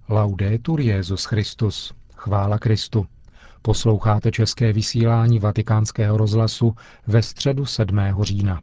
Laudetur Jesus Christus. Chvála Kristu. Posloucháte české vysílání Vatikánského rozhlasu ve středu 7. října.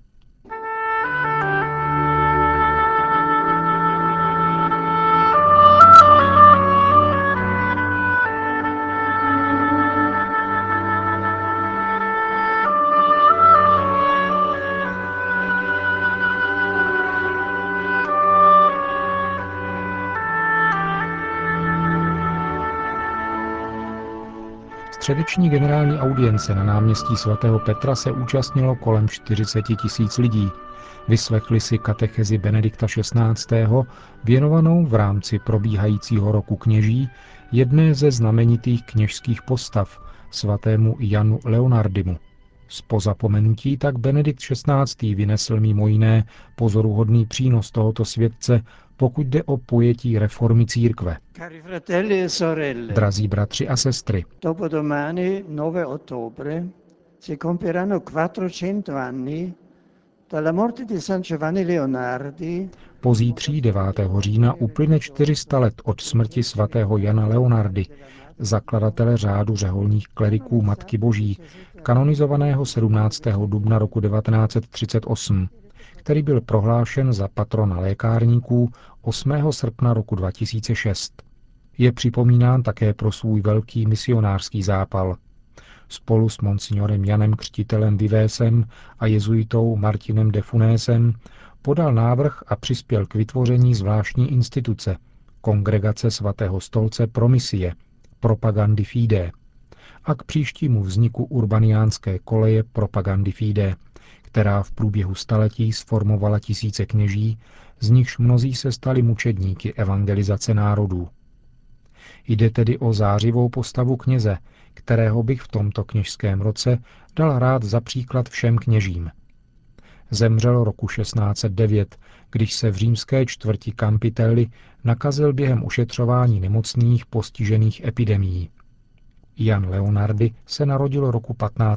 Středeční generální audience na náměstí svatého Petra se účastnilo kolem 40 000 lidí. Vyslechli si katechezi Benedikta XVI. Věnovanou v rámci probíhajícího roku kněží jedné ze znamenitých kněžských postav, svatému Janu Leonardimu. Z pozapomenutí tak Benedikt XVI. Vynesl mimo jiné pozoruhodný přínos tohoto světce, pokud jde o pojetí reformy církve. Drazí bratři a sestry, dopodomani 9 ottobre si compieranno 400 anni dalla morte di San Giovanni Leonardi. Pozítří 9. října uplyne 400 let od smrti svatého Jana Leonardy, zakladatele řádu řeholních kleriků Matky Boží, kanonizovaného 17. dubna roku 1938, který byl prohlášen za patrona lékárníků 8. srpna roku 2006. Je připomínán také pro svůj velký misionářský zápal. Spolu s monsignorem Janem Křtitelem Vivésem a jezuitou Martinem de Funésem podal návrh a přispěl k vytvoření zvláštní instituce, Kongregace svatého stolce pro misie, Propagandy Fide, a k příštímu vzniku urbaniánské koleje Propagandy Fide, která v průběhu staletí sformovala tisíce kněží, z nichž mnozí se stali mučedníky evangelizace národů. Jde tedy o zářivou postavu kněze, kterého bych v tomto kněžském roce dal rád za příklad všem kněžím. Zemřel roku 1609, když se v římské čtvrti Campitelli nakazil během ušetřování nemocných postižených epidemií. Jan Leonardi se narodil roku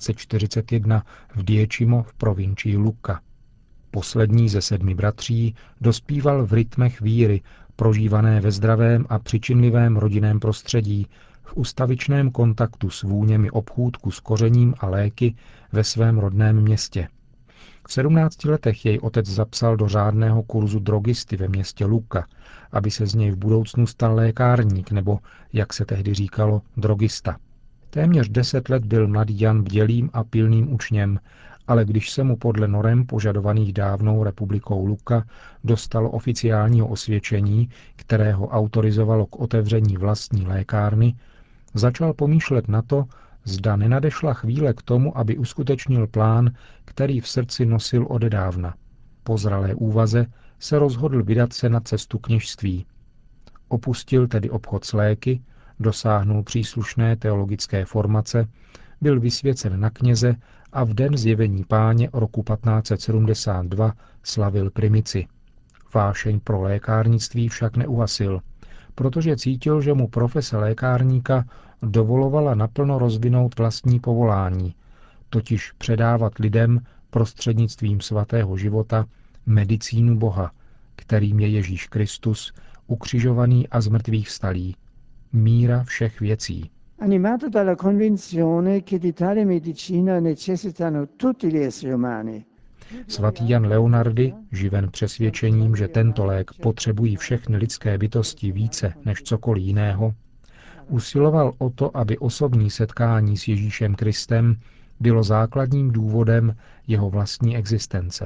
1541 v Diecimo v provincii Lucca. Poslední ze 7 bratří dospíval v rytmech víry, prožívané ve zdravém a přičinlivém rodinném prostředí, v ustavičném kontaktu s vůněmi obchůdku s kořením a léky ve svém rodném městě. V 17 letech jej otec zapsal do řádného kurzu drogisty ve městě Lucca, aby se z něj v budoucnu stal lékárník nebo, jak se tehdy říkalo, drogista. Téměř 10 let byl mladý Jan bdělým a pilným učněm, ale když se mu podle norem požadovaných dávnou republikou Lucca dostalo oficiálního osvědčení, které ho autorizovalo k otevření vlastní lékárny, začal pomýšlet na to, zda nenadešla chvíle k tomu, aby uskutečnil plán, který v srdci nosil odedávna. Po zralé úvaze se rozhodl vydat se na cestu kněžství. Opustil tedy obchod s léky, dosáhnul příslušné teologické formace, byl vysvěcen na kněze a v den zjevení Páně roku 1572 slavil primici. Vášeň pro lékárnictví však neuhasil, protože cítil, že mu profese lékárníka dovolovala naplno rozvinout vlastní povolání, totiž předávat lidem prostřednictvím svatého života medicínu Boha, kterým je Ježíš Kristus, ukřižovaný a zmrtvých vstalý, míra všech věcí. Animato dalla convinzione che di tale medicina necessitano tutti gli esseri umani. Svatý Jan Leonardi, živen přesvědčením, že tento lék potřebují všechny lidské bytosti více než cokoliv jiného, usiloval o to, aby osobní setkání s Ježíšem Kristem bylo základním důvodem jeho vlastní existence.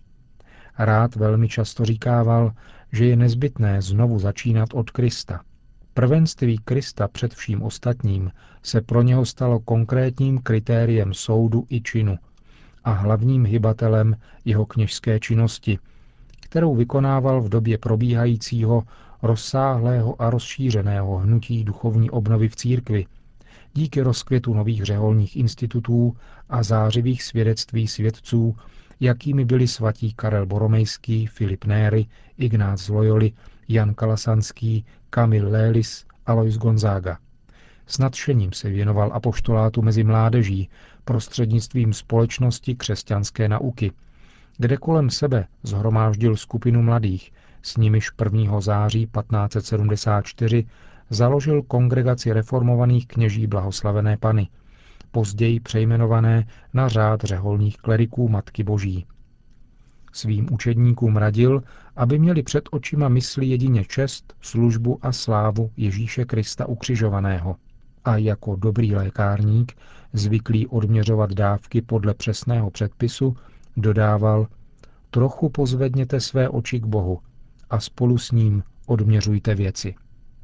Rád velmi často říkával, že je nezbytné znovu začínat od Krista. Prvenství Krista před vším ostatním se pro něho stalo konkrétním kritériem soudu i činu a hlavním hybatelem jeho kněžské činnosti, kterou vykonával v době probíhajícího rozsáhlého a rozšířeného hnutí duchovní obnovy v církvi, díky rozkvětu nových řeholních institutů a zářivých svědectví svědců, jakými byli svatí Karel Boromejský, Filip Néry, Ignác z Loyoli, Jan Kalasanský, Kamil Lélis, Alois Gonzaga. S nadšením se věnoval apoštolátu mezi mládeží prostřednictvím společnosti křesťanské nauky, kde kolem sebe shromáždil skupinu mladých, S nimiž 1. září 1574 založil Kongregaci reformovaných kněží blahoslavené Panny, později přejmenované na řád řeholních kleriků Matky Boží. Svým učedníkům radil, aby měli před očima mysli jedině čest, službu a slávu Ježíše Krista ukřižovaného. A jako dobrý lékárník, zvyklý odměřovat dávky podle přesného předpisu, dodával: trochu pozvedněte své oči k Bohu a spolu s ním odměřujte věci.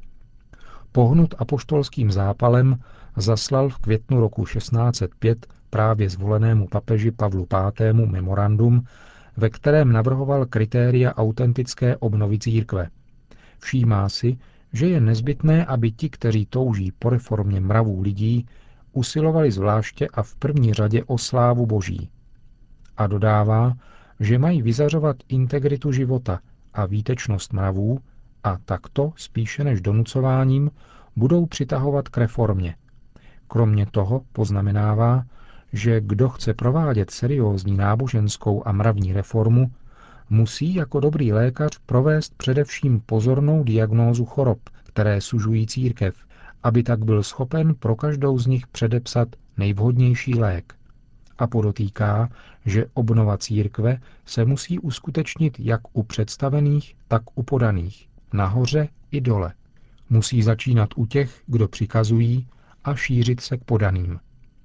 Pohnut apoštolským zápalem zaslal v květnu roku 1605 právě zvolenému papeži Pavlu V. memorandum, ve kterém navrhoval kritéria autentické obnovy církve. Všímá si, že je nezbytné, aby ti, kteří touží po reformě mravů lidí, usilovali zvláště a v první řadě o slávu Boží. A dodává, že mají vyzařovat integritu života a výtečnost mravů a takto, spíše než donucováním, budou přitahovat k reformě. Kromě toho poznamenává, že kdo chce provádět seriózní náboženskou a mravní reformu, musí jako dobrý lékař provést především pozornou diagnózu chorob, které sužují církev, aby tak byl schopen pro každou z nich předepsat nejvhodnější lék. A podotýká, že obnova církve se musí uskutečnit jak u představených, tak u podaných, nahoře i dole. Musí začínat u těch, kdo přikazují, a šířit se k podaným.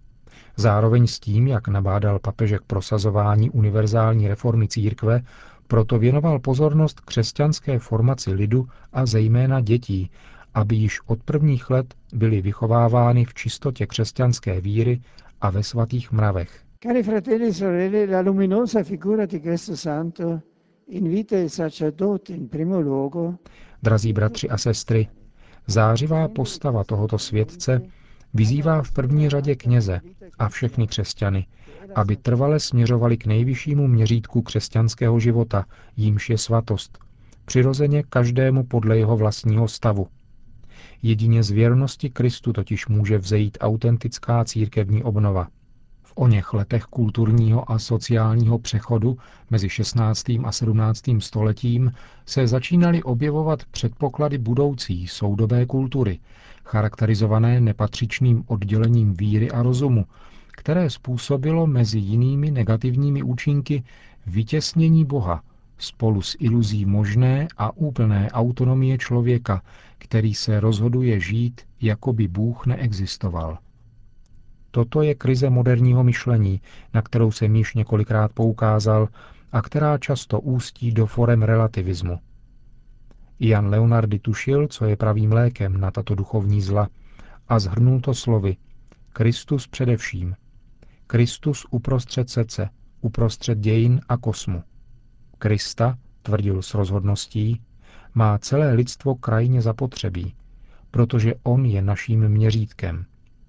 Zároveň s tím, jak nabádal papeže k prosazování univerzální reformy církve, proto věnoval pozornost křesťanské formaci lidu a zejména dětí, aby již od prvních let byly vychovávány v čistotě křesťanské víry a ve svatých mravech. Cari fratelli e sorelle, la luminosa figura di questo santo invita il sacerdote in primo luogo. Drazí bratři a sestry, zářivá postava tohoto světce vyzývá v první řadě kněze a všechny křesťany, aby trvale směřovali k nejvyššímu měřítku křesťanského života, jímž je svatost, přirozeně každému podle jeho vlastního stavu. Jedině z věrnosti Kristu totiž může vzejít autentická církevní obnova. V oněch letech kulturního a sociálního přechodu mezi 16. a 17. stoletím se začínaly objevovat předpoklady budoucí soudobé kultury, charakterizované nepatřičným oddělením víry a rozumu, které způsobilo mezi jinými negativními účinky vytěsnění Boha spolu s iluzí možné a úplné autonomie člověka, který se rozhoduje žít, jako by Bůh neexistoval. Toto je krize moderního myšlení, na kterou jsem již několikrát poukázal a která často ústí do forem relativismu. Jan Leonardi tušil, co je pravým lékem na tato duchovní zla a shrnul to slovy: Kristus především. Kristus uprostřed srdce, uprostřed dějin a kosmu. Krista, tvrdil s rozhodností, má celé lidstvo krajně zapotřebí, protože on je naším měřítkem.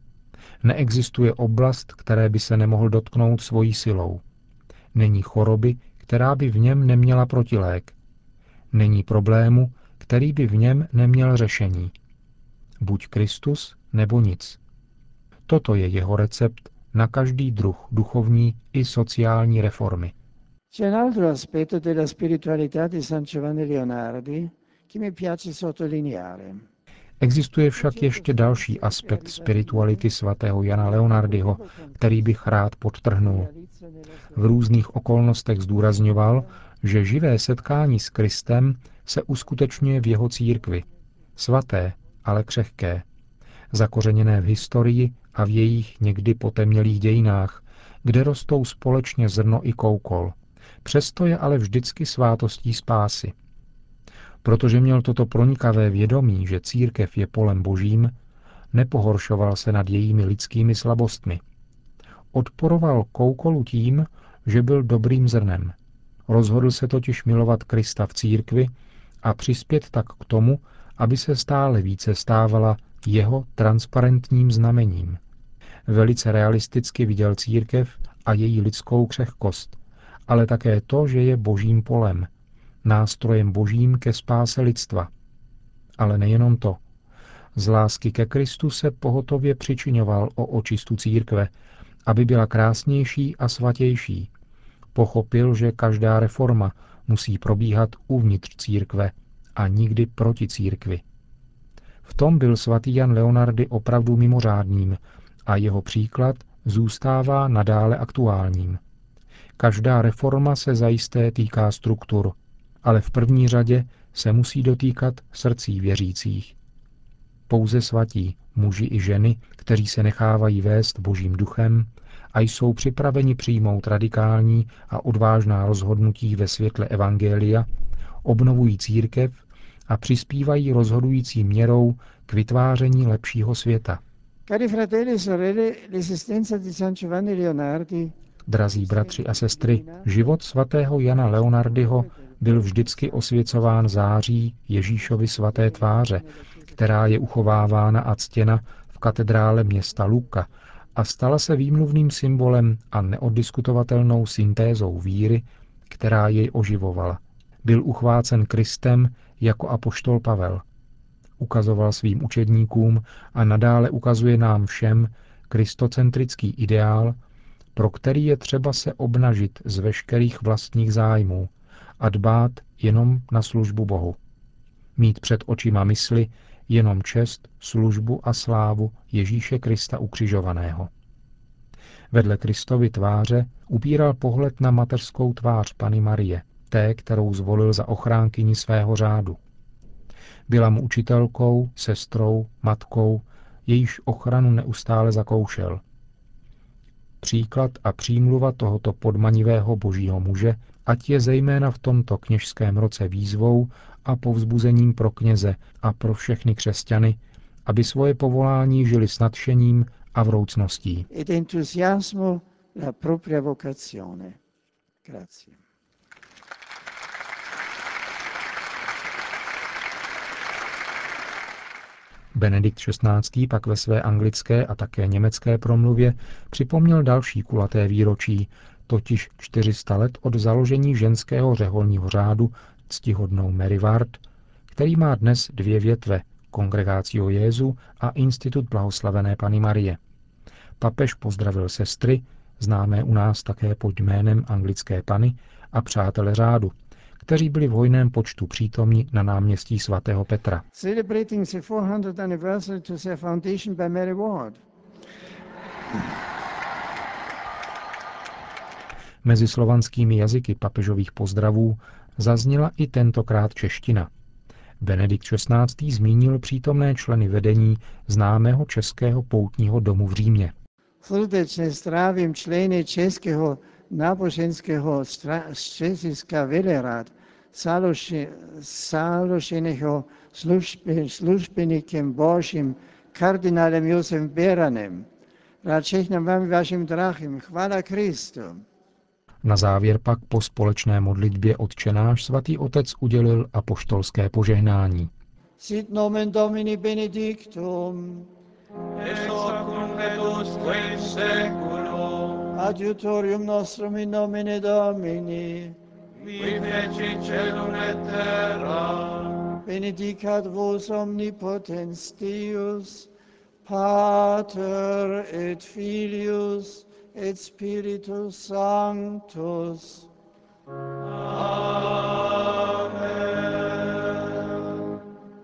Neexistuje oblast, které by se nemohl dotknout svojí silou. Není choroby, která by v něm neměla protilék. Není problému, který by v něm neměl řešení. Buď Kristus, nebo nic. Toto je jeho recept na každý druh duchovní i sociální reformy. C'è un altro aspetto della spiritualità di San Giovanni Leonardi che mi piace sottolineare. Existuje však ještě další aspekt spirituality svatého Jana Leonardiho, který bych rád podtrhnul. V různých okolnostech zdůrazňoval, že živé setkání s Kristem se uskutečňuje v jeho církvi, svaté, ale křehké, zakořeněné v historii a v jejich někdy potemnělých dějinách, kde rostou společně zrno i koukol. Přesto je ale vždycky svátostí spásy. Protože měl toto pronikavé vědomí, že církev je polem božím, nepohoršoval se nad jejími lidskými slabostmi. Odporoval koukolu tím, že byl dobrým zrnem. Rozhodl se totiž milovat Krista v církvi a přispět tak k tomu, aby se stále více stávala jeho transparentním znamením. Velice realisticky viděl církev a její lidskou křehkost, ale také to, že je božím polem, nástrojem božím ke spáse lidstva. Ale nejenom to. Z lásky ke Kristu se pohotově přičiňoval o očistu církve, aby byla krásnější a svatější. Pochopil, že každá reforma musí probíhat uvnitř církve a nikdy proti církvi. V tom byl svatý Jan Leonardy opravdu mimořádným a jeho příklad zůstává nadále aktuálním. Každá reforma se zajisté týká struktur, ale v první řadě se musí dotýkat srdcí věřících. Pouze svatí, muži i ženy, kteří se nechávají vést Božím duchem a jsou připraveni přijmout radikální a odvážná rozhodnutí ve světle evangelia, obnovují církev a přispívají rozhodující měrou k vytváření lepšího světa. Cari fratelli e sorelle, l'esistenza di San Giovanni Leonardi. Drazí bratři a sestry, život svatého Jana Leonardyho byl vždycky osvěcován září Ježíšovy svaté tváře, která je uchovávána a ctěna v katedrále města Lucca a stala se výmluvným symbolem a neoddiskutovatelnou syntézou víry, která jej oživovala. Byl uchvácen Kristem jako apoštol Pavel. Ukazoval svým učedníkům a nadále ukazuje nám všem kristocentrický ideál, pro který je třeba se obnažit z veškerých vlastních zájmů a dbát jenom na službu Bohu. Mít před očima mysli jenom čest, službu a slávu Ježíše Krista ukřižovaného. Vedle Kristovy tváře upíral pohled na mateřskou tvář Panny Marie, té, kterou zvolil za ochránkyni svého řádu. Byla mu učitelkou, sestrou, matkou, jejíž ochranu neustále zakoušel. Příklad a přímluva tohoto podmanivého božího muže, ať je zejména v tomto kněžském roce výzvou a povzbuzením pro kněze a pro všechny křesťany, aby svoje povolání žili s nadšením a vroucností. Ed entusiasmo la propria vocazione. Grazie. Benedikt XVI. Pak ve své anglické a také německé promluvě připomněl další kulaté výročí, totiž 400 let od založení ženského řeholního řádu ctihodnou Mary Ward, který má dnes dvě větve, Kongregatio Jesu a Institut blahoslavené Panny Marie. Papež pozdravil sestry, známé u nás také pod jménem anglické Panny, a přátele řádu, kteří byli v hojném počtu přítomni na náměstí svatého Petra. Celebrating the 400th anniversary to their foundation by Mary Ward. Mezi slovanskými jazyky papežových pozdravů zazněla i tentokrát čeština. Benedikt XVI. Zmínil přítomné členy vedení známého českého poutního domu v Římě. Srdečně zdravím členy českého náboženského střediska Velehrad, založeného službenikem božím kardinálem Josefem Beranem. Rád všechnám vám vašim drahým. Chvála Kristu. Na závěr pak po společné modlitbě Otčenáš svatý otec udělil apoštolské požehnání. Sit nomen Domini benedictum. Ex hoc nunc et usque in saeculum. Adiutorium nostrum in nomine Domini. Qui feci caelum et terra. Benedicat vos omnipotens Deus, Pater et Filius et Spiritus Sanctus. Amen.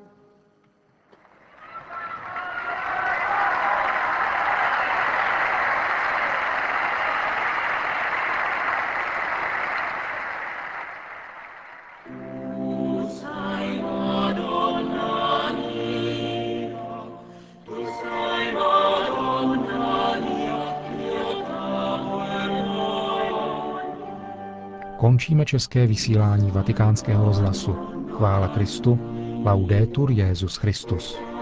Končíme české vysílání Vatikánského rozhlasu. Chvála Kristu, laudetur Jesus Christus.